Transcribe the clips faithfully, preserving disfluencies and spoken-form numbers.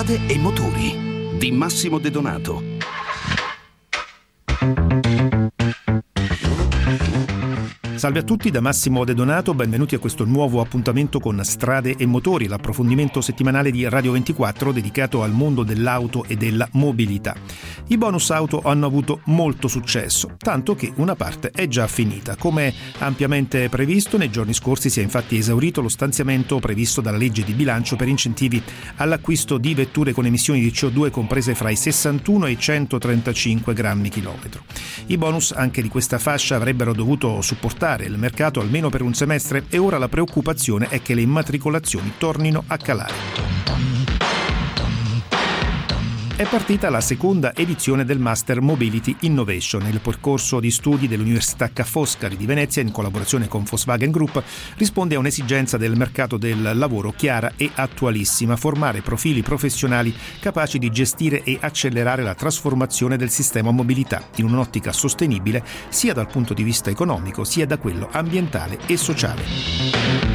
Strade e motori di Massimo De Donato. Salve a tutti da Massimo De Donato, benvenuti a questo nuovo appuntamento con Strade e Motori, l'approfondimento settimanale di Radio ventiquattro dedicato al mondo dell'auto e della mobilità. I bonus auto hanno avuto molto successo, tanto che una parte è già finita. Come ampiamente previsto, nei giorni scorsi si è infatti esaurito lo stanziamento previsto dalla legge di bilancio per incentivi all'acquisto di vetture con emissioni di C O due comprese fra i sessantuno e i centotrentacinque grammi chilometro. I bonus anche di questa fascia avrebbero dovuto supportare il mercato almeno per un semestre e ora la preoccupazione è che le immatricolazioni tornino a calare. È partita la seconda edizione del Master Mobility Innovation. Il percorso di studi dell'Università Ca' Foscari di Venezia, in collaborazione con Volkswagen Group, risponde a un'esigenza del mercato del lavoro chiara e attualissima: formare profili professionali capaci di gestire e accelerare la trasformazione del sistema mobilità in un'ottica sostenibile sia dal punto di vista economico sia da quello ambientale e sociale.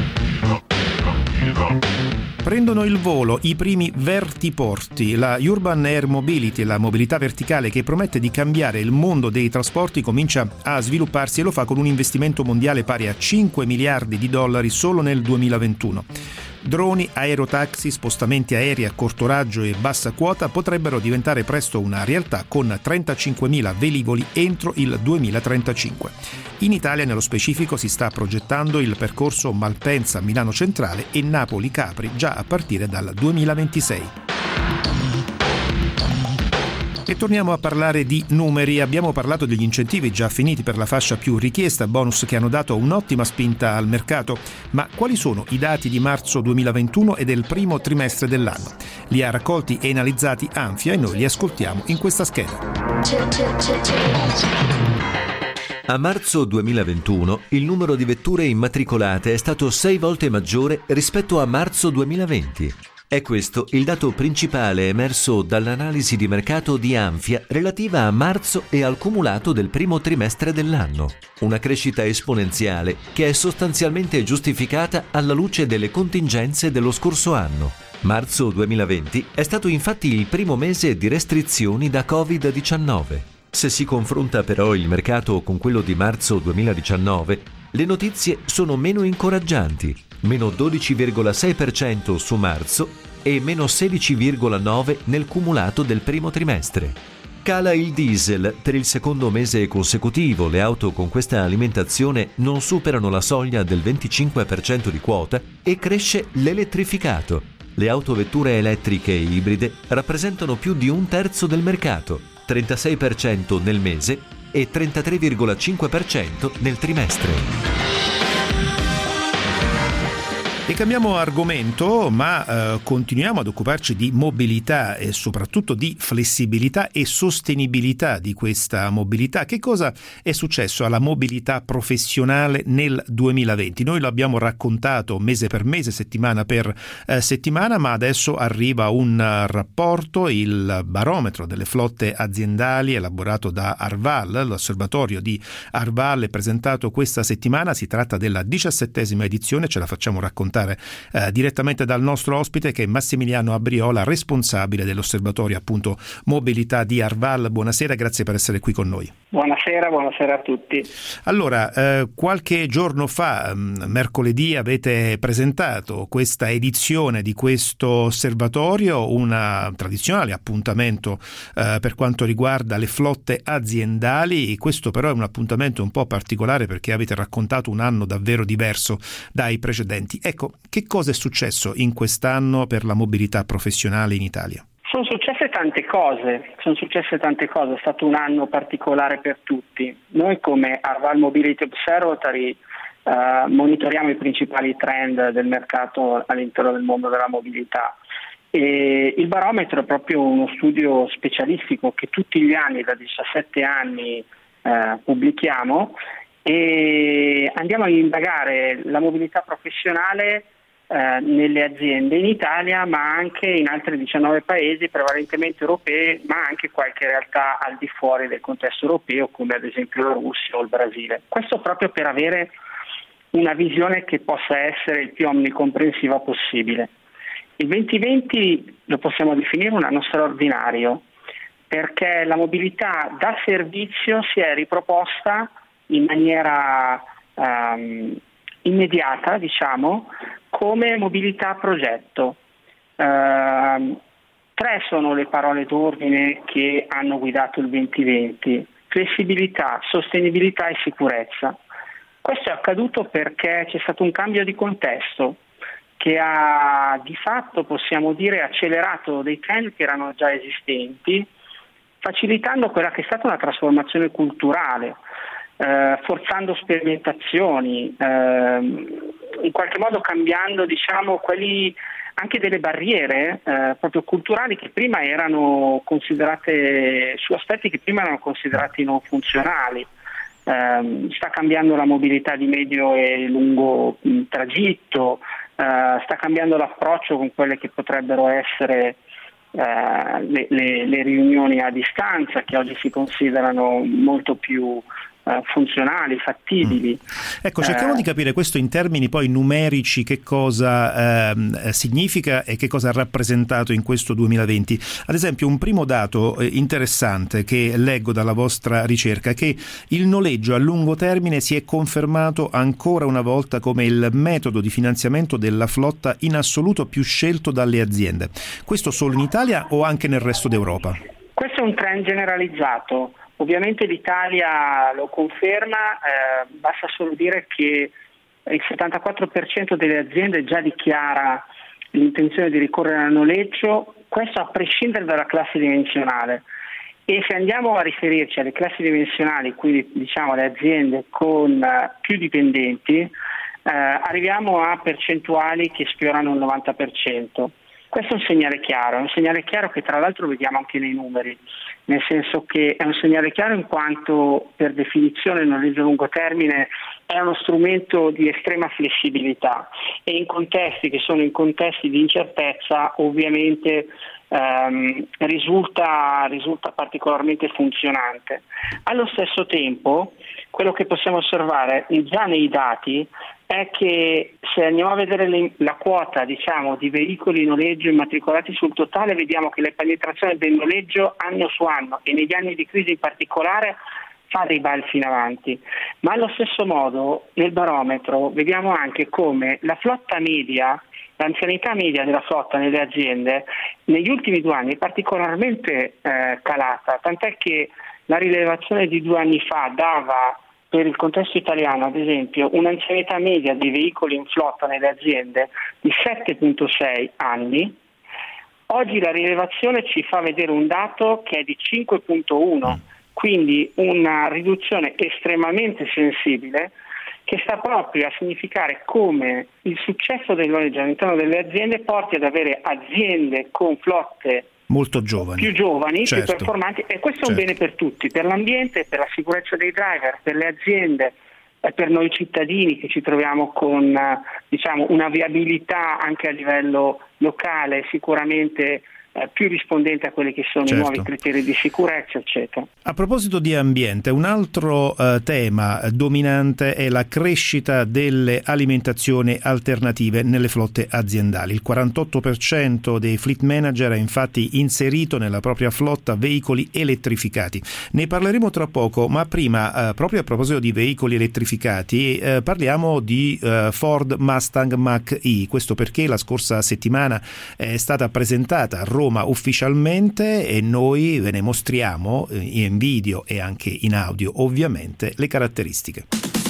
Prendono il volo i primi vertiporti. La Urban Air Mobility, la mobilità verticale che promette di cambiare il mondo dei trasporti, comincia a svilupparsi e lo fa con un investimento mondiale pari a cinque miliardi di dollari solo nel duemilaventuno. Droni, aerotaxi, spostamenti aerei a corto raggio e bassa quota potrebbero diventare presto una realtà, con trentacinquemila velivoli entro il duemilatrentacinque. In Italia, nello specifico, si sta progettando il percorso Malpensa-Milano Centrale e Napoli-Capri già a partire dal duemilaventisei. E torniamo a parlare di numeri. Abbiamo parlato degli incentivi già finiti per la fascia più richiesta, bonus che hanno dato un'ottima spinta al mercato. Ma quali sono i dati di marzo duemilaventuno e del primo trimestre dell'anno? Li ha raccolti e analizzati Anfia e noi li ascoltiamo in questa scheda. A marzo duemilaventuno il numero di vetture immatricolate è stato sei volte maggiore rispetto a marzo duemilaventi. È questo il dato principale emerso dall'analisi di mercato di Anfia relativa a marzo e al cumulato del primo trimestre dell'anno. Una crescita esponenziale che è sostanzialmente giustificata alla luce delle contingenze dello scorso anno. Marzo duemilaventi è stato infatti il primo mese di restrizioni da covid diciannove. Se si confronta però il mercato con quello di marzo duemiladiciannove, le notizie sono meno incoraggianti, meno dodici virgola sei per cento su marzo e meno sedici virgola nove per cento nel cumulato del primo trimestre. Cala il diesel per il secondo mese consecutivo, le auto con questa alimentazione non superano la soglia del venticinque per cento di quota e cresce l'elettrificato. Le autovetture elettriche e ibride rappresentano più di un terzo del mercato, trentasei per cento nel mese e trentatré virgola cinque per cento nel trimestre. E cambiamo argomento, ma eh, continuiamo ad occuparci di mobilità e soprattutto di flessibilità e sostenibilità di questa mobilità. Che cosa è successo alla mobilità professionale nel duemilaventi? Noi lo abbiamo raccontato mese per mese, settimana per eh, settimana, ma adesso arriva un uh, rapporto, il barometro delle flotte aziendali elaborato da Arval, l'osservatorio di Arval è presentato questa settimana. Si tratta della diciassettesima edizione, ce la facciamo raccontare Eh, direttamente dal nostro ospite, che è Massimiliano Abriola, responsabile dell'osservatorio appunto mobilità di Arval. Buonasera, grazie per essere qui con noi. Buonasera, buonasera a tutti. Allora, eh, qualche giorno fa, mh, mercoledì, avete presentato questa edizione di questo osservatorio, un tradizionale appuntamento eh, per quanto riguarda le flotte aziendali. Questo però è un appuntamento un po' particolare perché avete raccontato un anno davvero diverso dai precedenti. Ecco, che cosa è successo in quest'anno per la mobilità professionale in Italia? Sono successe tante cose, sono successe tante cose, è stato un anno particolare per tutti. Noi come Arval Mobility Observatory eh, monitoriamo i principali trend del mercato all'interno del mondo della mobilità. E il barometro è proprio uno studio specialistico che tutti gli anni, da diciassette anni, eh, pubblichiamo, e andiamo a indagare la mobilità professionale eh, nelle aziende in Italia, ma anche in altri diciannove paesi, prevalentemente europei, ma anche qualche realtà al di fuori del contesto europeo, come ad esempio la Russia o il Brasile. Questo proprio per avere una visione che possa essere il più omnicomprensiva possibile. Il duemilaventi lo possiamo definire un anno straordinario, perché la mobilità da servizio si è riproposta in maniera um, immediata, diciamo, come mobilità progetto. Uh, tre sono le parole d'ordine che hanno guidato il duemilaventi: flessibilità, sostenibilità e sicurezza. Questo è accaduto perché c'è stato un cambio di contesto che ha di fatto, possiamo dire, accelerato dei trend che erano già esistenti, facilitando quella che è stata una trasformazione culturale, eh, forzando sperimentazioni, eh, in qualche modo cambiando, diciamo, quelli anche delle barriere eh, proprio culturali che prima erano considerate, su aspetti che prima erano considerati non funzionali. Eh, sta cambiando la mobilità di medio e lungo mh, tragitto, eh, sta cambiando l'approccio con quelle che potrebbero essere eh, le, le, le riunioni a distanza, che oggi si considerano molto più eh, funzionali, fattibili. Mm. Ecco, cerchiamo eh, di capire questo in termini poi numerici, che cosa eh, significa e che cosa ha rappresentato in questo duemilaventi. Ad esempio, un primo dato eh, interessante che leggo dalla vostra ricerca è che il noleggio a lungo termine si è confermato ancora una volta come il metodo di finanziamento della flotta in assoluto più scelto dalle aziende. Questo solo in Italia o anche nel resto d'Europa? Questo è un trend generalizzato. Ovviamente l'Italia lo conferma, eh, basta solo dire che il settantaquattro per cento delle aziende già dichiara l'intenzione di ricorrere al noleggio, questo a prescindere dalla classe dimensionale. E se andiamo a riferirci alle classi dimensionali, quindi diciamo alle aziende con uh, più dipendenti, eh, arriviamo a percentuali che sfiorano il novanta per cento. Questo è un segnale chiaro, è un segnale chiaro che tra l'altro vediamo anche nei numeri, nel senso che è un segnale chiaro in quanto per definizione il noleggio a lungo termine è uno strumento di estrema flessibilità e in contesti che sono in contesti di incertezza ovviamente ehm, risulta, risulta particolarmente funzionante. Allo stesso tempo quello che possiamo osservare già nei dati è che se andiamo a vedere le, la quota, diciamo, di veicoli noleggio immatricolati sul totale, vediamo che la penetrazione del noleggio anno su anno e negli anni di crisi in particolare fa dei balzi in avanti. Ma allo stesso modo nel barometro vediamo anche come la flotta media, l'anzianità media della flotta nelle aziende negli ultimi due anni è particolarmente eh, calata, tant'è che la rilevazione di due anni fa dava per il contesto italiano, ad esempio, un'anzianità media dei veicoli in flotta nelle aziende di sette virgola sei anni. Oggi la rilevazione ci fa vedere un dato che è di cinque virgola uno, quindi una riduzione estremamente sensibile che sta proprio a significare come il successo del noleggio all'interno delle aziende porti ad avere aziende con flotte molto giovani, più giovani, certo, più performanti, e questo certo. è un bene per tutti, per l'ambiente, per la sicurezza dei driver, per le aziende e per noi cittadini che ci troviamo con diciamo una viabilità anche a livello locale sicuramente eh, più rispondente a quelli che sono certo. i nuovi criteri di sicurezza, eccetera. A proposito di ambiente, un altro eh, tema dominante è la crescita delle alimentazioni alternative nelle flotte aziendali. Il quarantotto per cento dei fleet manager ha infatti inserito nella propria flotta veicoli elettrificati. Ne parleremo tra poco, ma prima, eh, proprio a proposito di veicoli elettrificati, eh, parliamo di eh, Ford Mustang Mach-E. Questo perché la scorsa settimana è stata presentata a Roma ufficialmente e noi ve ne mostriamo in video e anche in audio ovviamente le caratteristiche.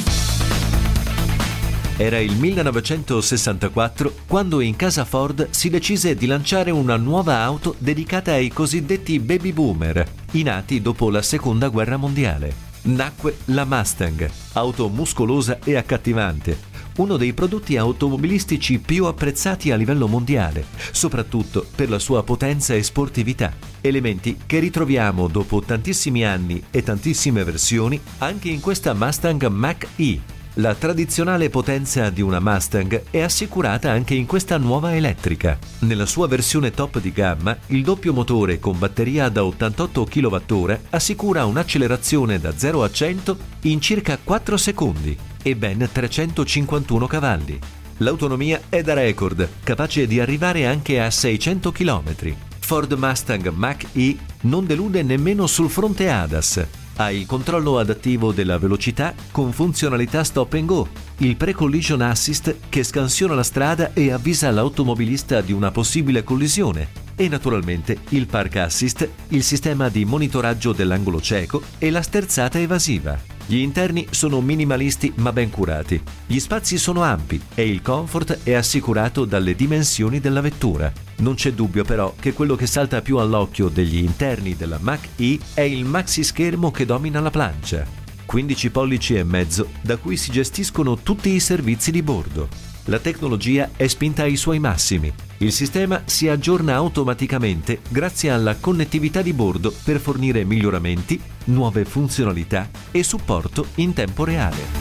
Era il millenovecentosessantaquattro quando in casa Ford si decise di lanciare una nuova auto dedicata ai cosiddetti baby boomer, i nati dopo la seconda guerra mondiale. Nacque la Mustang, auto muscolosa e accattivante, uno dei prodotti automobilistici più apprezzati a livello mondiale, soprattutto per la sua potenza e sportività, elementi che ritroviamo dopo tantissimi anni e tantissime versioni anche in questa Mustang Mach-E. La tradizionale potenza di una Mustang è assicurata anche in questa nuova elettrica. Nella sua versione top di gamma, il doppio motore con batteria da ottantotto chilowattora assicura un'accelerazione da zero a cento in circa quattro secondi e ben trecentocinquantuno cavalli. L'autonomia è da record, capace di arrivare anche a seicento chilometri. Ford Mustang Mach-E non delude nemmeno sul fronte A D A S. Ha il controllo adattivo della velocità con funzionalità stop and go, il pre-collision assist che scansiona la strada e avvisa l'automobilista di una possibile collisione, e naturalmente il park assist, il sistema di monitoraggio dell'angolo cieco e la sterzata evasiva. Gli interni sono minimalisti ma ben curati, gli spazi sono ampi e il comfort è assicurato dalle dimensioni della vettura. Non c'è dubbio però che quello che salta più all'occhio degli interni della Mach-E è il maxi schermo che domina la plancia. quindici pollici e mezzo da cui si gestiscono tutti i servizi di bordo. La tecnologia è spinta ai suoi massimi. Il sistema si aggiorna automaticamente grazie alla connettività di bordo per fornire miglioramenti, nuove funzionalità e supporto in tempo reale.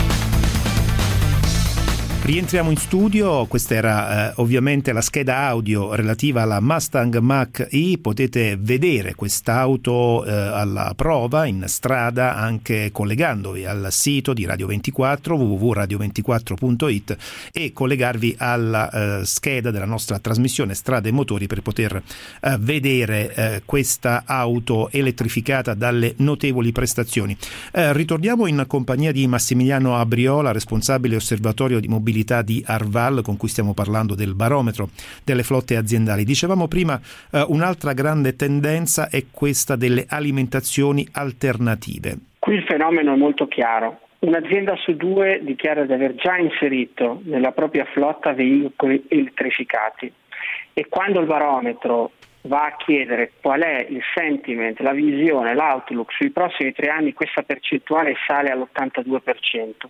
Rientriamo in studio, questa era eh, ovviamente la scheda audio relativa alla Mustang Mach-E. Potete vedere quest'auto eh, alla prova in strada anche collegandovi al sito di Radio ventiquattro w w w punto radio ventiquattro punto i t e collegarvi alla eh, scheda della nostra trasmissione Strade e Motori per poter eh, vedere eh, questa auto elettrificata dalle notevoli prestazioni. Eh, ritorniamo in compagnia di Massimiliano Abriola, responsabile osservatorio di mobilità di Arval, con cui stiamo parlando del barometro delle flotte aziendali. Dicevamo prima eh, un'altra grande tendenza è questa delle alimentazioni alternative. Qui il fenomeno è molto chiaro. Un'azienda su due dichiara di aver già inserito nella propria flotta veicoli elettrificati, e quando il barometro va a chiedere qual è il sentiment, la visione, l'outlook sui prossimi tre anni, questa percentuale sale all'ottantadue per cento.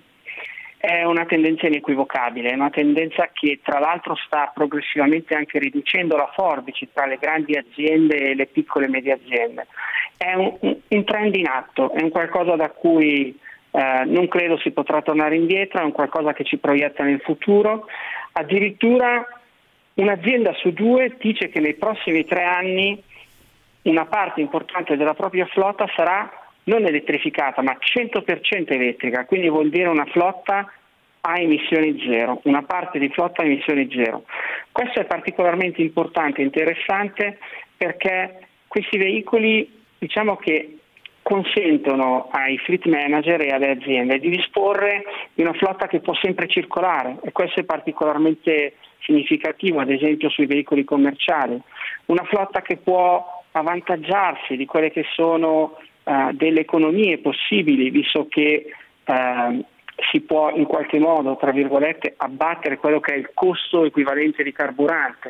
È una tendenza inequivocabile, è una tendenza che tra l'altro sta progressivamente anche riducendo la forbice tra le grandi aziende e le piccole e medie aziende. È un, un trend in atto, è un qualcosa da cui eh, non credo si potrà tornare indietro, è un qualcosa che ci proietta nel futuro. Addirittura un'azienda su due dice che nei prossimi tre anni una parte importante della propria flotta sarà non elettrificata ma cento per cento elettrica, quindi vuol dire una flotta a emissioni zero, una parte di flotta a emissioni zero. Questo è particolarmente importante e interessante perché questi veicoli, diciamo che consentono ai fleet manager e alle aziende di disporre di una flotta che può sempre circolare, e questo è particolarmente significativo ad esempio sui veicoli commerciali, una flotta che può avvantaggiarsi di quelle che sono Uh, delle economie possibili, visto che uh, si può in qualche modo, tra virgolette, abbattere quello che è il costo equivalente di carburante.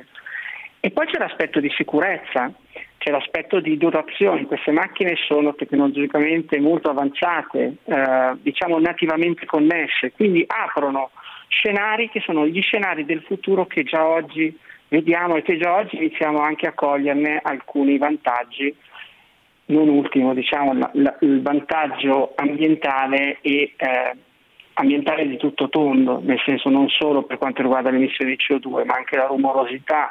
E poi c'è l'aspetto di sicurezza, c'è l'aspetto di dotazione. Queste macchine sono tecnologicamente molto avanzate, uh, diciamo nativamente connesse, quindi aprono scenari che sono gli scenari del futuro che già oggi vediamo e che già oggi iniziamo anche a coglierne alcuni vantaggi. Non ultimo, diciamo, la, la, il vantaggio ambientale e eh, ambientale di tutto tondo, nel senso non solo per quanto riguarda le emissioni di C O due, ma anche la rumorosità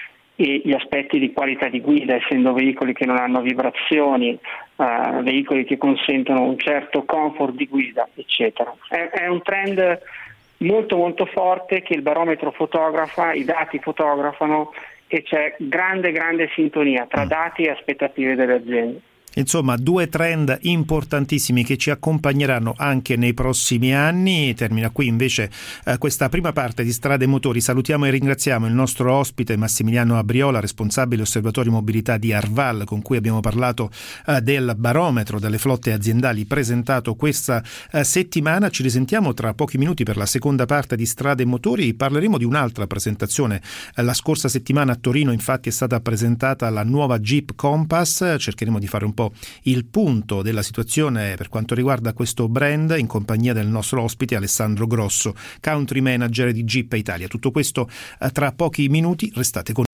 e gli aspetti di qualità di guida, essendo veicoli che non hanno vibrazioni, eh, veicoli che consentono un certo comfort di guida, eccetera. È, è un trend molto molto forte che il barometro fotografa, i dati fotografano, e c'è grande grande sintonia tra dati e aspettative delle aziende. Insomma, due trend importantissimi che ci accompagneranno anche nei prossimi anni. Termina qui invece eh, questa prima parte di Strade e Motori. Salutiamo e ringraziamo il nostro ospite Massimiliano Abriola, responsabile osservatorio mobilità di Arval, con cui abbiamo parlato eh, del barometro delle flotte aziendali presentato questa eh, settimana. Ci risentiamo tra pochi minuti per la seconda parte di Strade e Motori. Parleremo di un'altra presentazione. Eh, la scorsa settimana a Torino infatti è stata presentata la nuova Jeep Compass. Cercheremo di fare un po' il punto della situazione per quanto riguarda questo brand in compagnia del nostro ospite Alessandro Grosso, country manager di Jeep Italia. Tutto questo eh, tra pochi minuti, restate con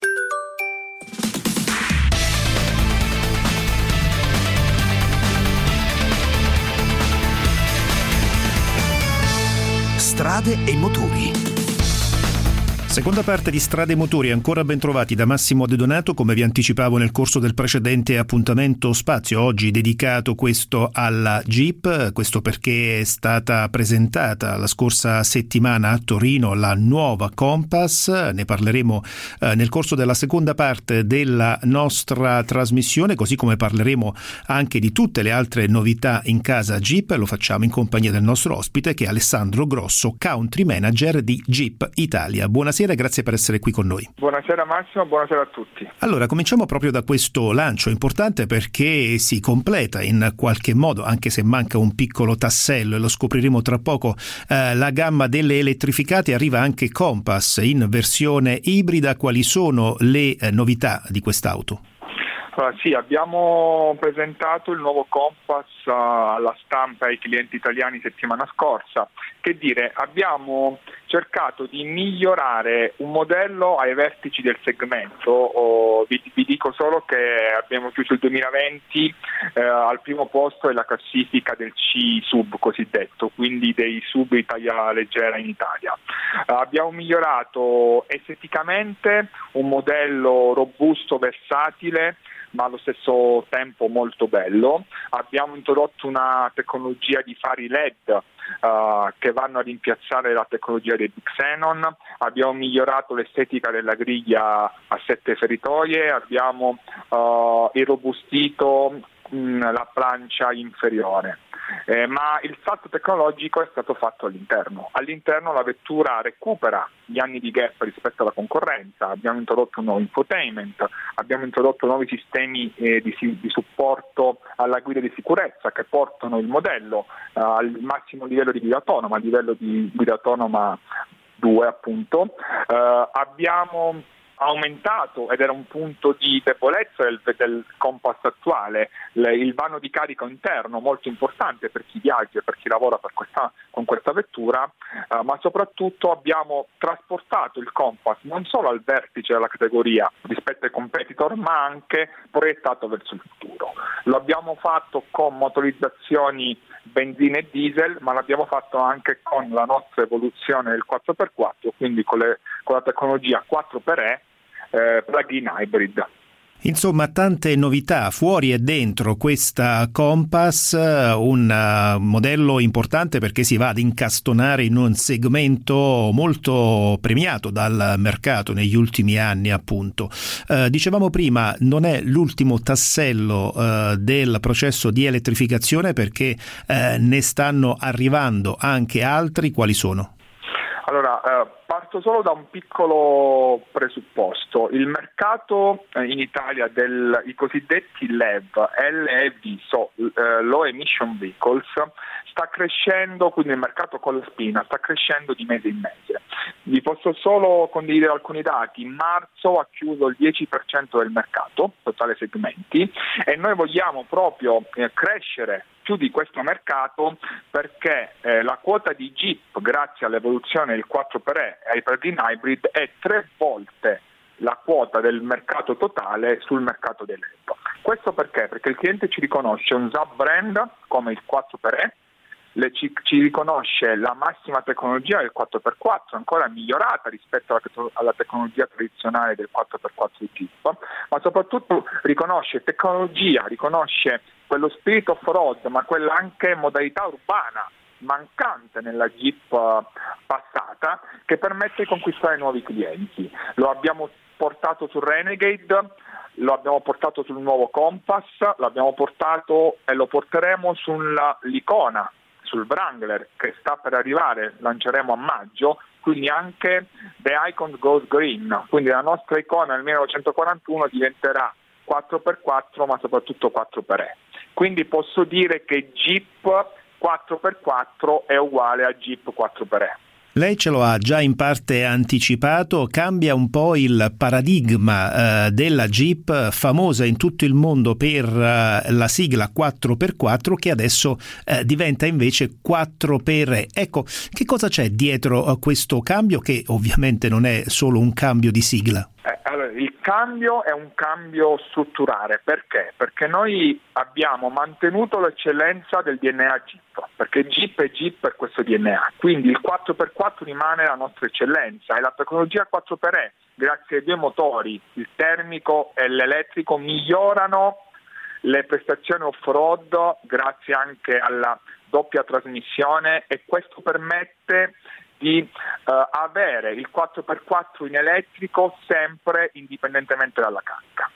Strade e Motori. Seconda parte di Strade e Motori, ancora ben trovati da Massimo De Donato, come vi anticipavo nel corso del precedente appuntamento Spazio, oggi dedicato questo alla Jeep, questo perché è stata presentata la scorsa settimana a Torino la nuova Compass, ne parleremo eh, nel corso della seconda parte della nostra trasmissione, così come parleremo anche di tutte le altre novità in casa Jeep, lo facciamo in compagnia del nostro ospite che è Alessandro Grosso, Country Manager di Jeep Italia. Buonasera. Grazie per essere qui con noi. Buonasera Massimo, buonasera a tutti. Allora, cominciamo proprio da questo lancio importante perché si completa in qualche modo, anche se manca un piccolo tassello e lo scopriremo tra poco, eh, la gamma delle elettrificate, arriva anche Compass in versione ibrida. Quali sono le eh, novità di quest'auto? Allora, sì, abbiamo presentato il nuovo Compass uh, alla stampa ai clienti italiani settimana scorsa. Che dire, abbiamo cercato di migliorare un modello ai vertici del segmento. Oh, vi, vi dico solo che abbiamo chiuso il duemilaventi eh, al primo posto della classifica del C-Sub cosiddetto, quindi dei sub Italia leggera in Italia. Uh, abbiamo migliorato esteticamente un modello robusto, versatile, ma allo stesso tempo molto bello. Abbiamo introdotto una tecnologia di fari L E D uh, che vanno a rimpiazzare la tecnologia dei Xenon. Abbiamo migliorato l'estetica della griglia a sette feritoie, abbiamo uh, irrobustito mh, la plancia inferiore. Eh, ma il salto tecnologico è stato fatto all'interno. All'interno la vettura recupera gli anni di gap rispetto alla concorrenza, abbiamo introdotto un nuovo infotainment, abbiamo introdotto nuovi sistemi eh, di, di supporto alla guida di sicurezza che portano il modello uh, al massimo livello di guida autonoma, a livello di guida autonoma due appunto. Uh, abbiamo aumentato, ed era un punto di debolezza del, del Compass attuale, le, il vano di carico interno, molto importante per chi viaggia e per chi lavora per questa, con questa vettura, uh, ma soprattutto abbiamo trasportato il Compass non solo al vertice della categoria rispetto ai competitor, ma anche proiettato verso il futuro. Lo abbiamo fatto con motorizzazioni benzina e diesel, ma l'abbiamo fatto anche con la nostra evoluzione del quattro per quattro, quindi con, le, con la tecnologia quattro per E eh, plug-in hybrid. Insomma, tante novità fuori e dentro questa Compass, un modello importante perché si va ad incastonare in un segmento molto premiato dal mercato negli ultimi anni, appunto. Eh, dicevamo prima, non è l'ultimo tassello eh, del processo di elettrificazione perché eh, ne stanno arrivando anche altri. Quali sono? Allora, eh, parto solo da un piccolo presupposto. Il mercato eh, in Italia dei cosiddetti L E V, L E V, so, eh, Low Emission Vehicles, sta crescendo, quindi il mercato con la spina sta crescendo di mese in mese. Vi posso solo condividere alcuni dati. In marzo ha chiuso il dieci per cento del mercato, totale segmenti, e noi vogliamo proprio eh, crescere più di questo mercato perché eh, la quota di Jeep, grazie all'evoluzione del quattro per E e ai plug-in hybrid, è tre volte la quota del mercato totale sul mercato dell'E V. Questo perché? Perché il cliente ci riconosce un sub-brand come il quattro per E, le, ci, ci riconosce la massima tecnologia del quattro per quattro, ancora migliorata rispetto alla, alla tecnologia tradizionale del quattro per quattro Jeep, ma soprattutto riconosce tecnologia, riconosce quello spirito off-road, ma quella anche modalità urbana mancante nella Jeep passata, che permette di conquistare nuovi clienti. Lo abbiamo portato sul Renegade, lo abbiamo portato sul nuovo Compass, lo abbiamo portato e lo porteremo sull'Icona, sul Wrangler che sta per arrivare, lanceremo a maggio, quindi anche The Icon Goes Green, quindi la nostra Icona nel millenovecentoquarantuno diventerà quattro per quattro ma soprattutto quattro per E. Quindi posso dire che Jeep quattro per quattro è uguale a Jeep quattro per E. Lei ce lo ha già in parte anticipato, cambia un po' il paradigma eh, della Jeep, famosa in tutto il mondo per eh, la sigla quattro per quattro, che adesso eh, diventa invece quattro per E. Ecco, che cosa c'è dietro a questo cambio, che ovviamente non è solo un cambio di sigla? Eh, allora, il cambio è un cambio strutturale. Perché? Perché noi abbiamo mantenuto l'eccellenza del D N A Jeep, perché Jeep è Jeep per questo D N A, quindi il quattro per quattro rimane la nostra eccellenza e la tecnologia quattro per E, grazie ai due motori, il termico e l'elettrico, migliorano le prestazioni off-road grazie anche alla doppia trasmissione, e questo permette di uh, avere il quattro per quattro in elettrico sempre indipendentemente dalla carica.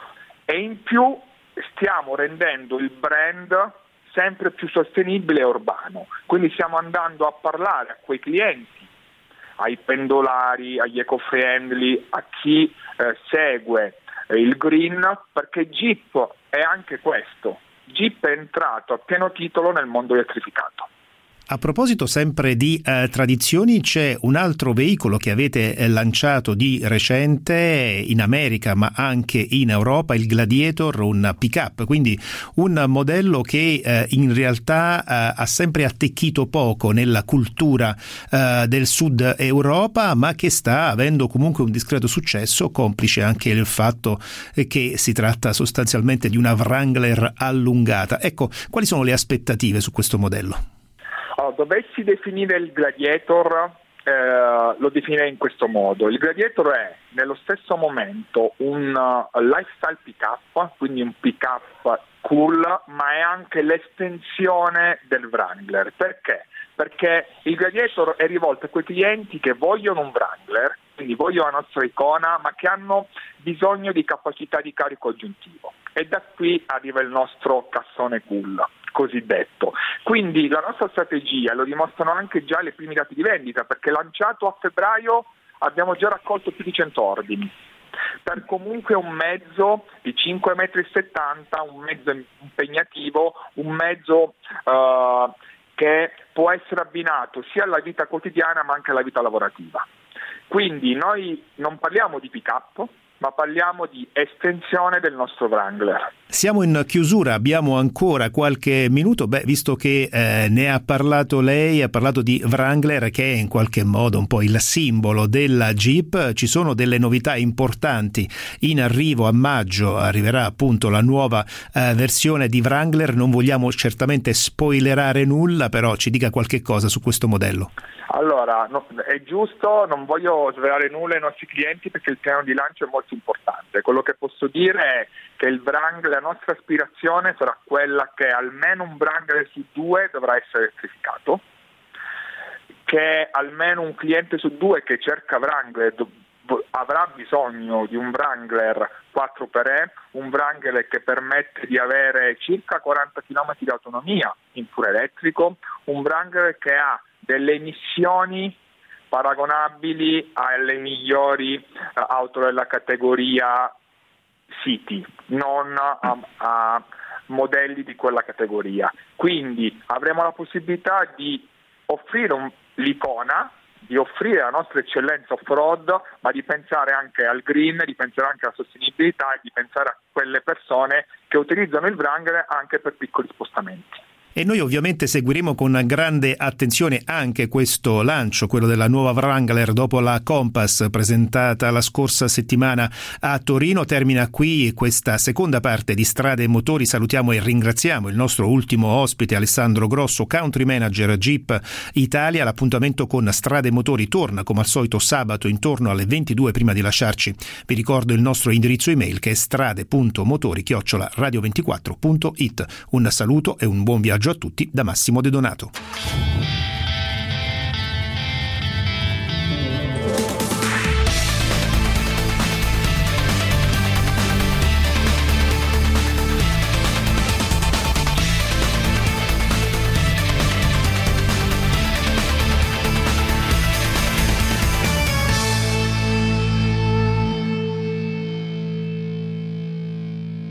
E in più stiamo rendendo il brand sempre più sostenibile e urbano, quindi stiamo andando a parlare a quei clienti, ai pendolari, agli eco-friendly, a chi eh, segue eh, il green, perché Jeep è anche questo. Jeep è entrato a pieno titolo nel mondo elettrificato. A proposito sempre di eh, tradizioni, c'è un altro veicolo che avete eh, lanciato di recente in America ma anche in Europa, il Gladiator, un pick-up, quindi un modello che eh, in realtà eh, ha sempre attecchito poco nella cultura eh, del sud Europa, ma che sta avendo comunque un discreto successo, complice anche il fatto eh, che si tratta sostanzialmente di una Wrangler allungata. Ecco, quali sono le aspettative su questo modello? Allora, dovessi definire il Gladiator, eh, lo definirei in questo modo. Il Gladiator è nello stesso momento un uh, lifestyle pick-up, quindi un pick-up cool, ma è anche l'estensione del Wrangler. Perché? Perché il Gladiator è rivolto a quei clienti che vogliono un Wrangler, quindi vogliono la nostra icona, ma che hanno bisogno di capacità di carico aggiuntivo. E da qui arriva il nostro cassone cool cosiddetto. Quindi la nostra strategia, lo dimostrano anche già le primi dati di vendita, perché lanciato a febbraio abbiamo già raccolto più di cento ordini per comunque un mezzo di cinque virgola settanta metri, un mezzo impegnativo, un mezzo uh, che può essere abbinato sia alla vita quotidiana ma anche alla vita lavorativa. Quindi noi non parliamo di pick-up, ma parliamo di estensione del nostro Wrangler. Siamo in chiusura, abbiamo ancora qualche minuto, beh, visto che eh, ne ha parlato lei, ha parlato di Wrangler che è in qualche modo un po' il simbolo della Jeep, ci sono delle novità importanti in arrivo. A maggio arriverà appunto la nuova eh, versione di Wrangler, non vogliamo certamente spoilerare nulla, però ci dica qualche cosa su questo modello. Allora, no, è giusto, non voglio svelare nulla ai nostri clienti perché il piano di lancio è molto importante. Quello che posso dire è che il Wrangler, la nostra aspirazione sarà quella che almeno un Wrangler su due dovrà essere elettrificato, che almeno un cliente su due che cerca Wrangler avrà bisogno di un Wrangler quattro per E, un Wrangler che permette di avere circa quaranta chilometri di autonomia in puro elettrico, un Wrangler che ha delle emissioni paragonabili alle migliori uh, auto della categoria City, non a, a modelli di quella categoria. Quindi avremo la possibilità di offrire un, l'icona, di offrire la nostra eccellenza off-road, ma di pensare anche al green, di pensare anche alla sostenibilità e di pensare a quelle persone che utilizzano il Wrangler anche per piccoli spostamenti. E noi ovviamente seguiremo con grande attenzione anche questo lancio, quello della nuova Wrangler dopo la Compass presentata la scorsa settimana a Torino. Termina qui questa seconda parte di Strade e Motori. Salutiamo e ringraziamo il nostro ultimo ospite Alessandro Grosso, Country Manager Jeep Italia. L'appuntamento con Strade e Motori torna come al solito sabato intorno alle ventidue. Prima di lasciarci vi ricordo il nostro indirizzo email che è strade punto motori chiocciola radio ventiquattro punto it. Un saluto e un buon viaggio a tutti da Massimo De Donato.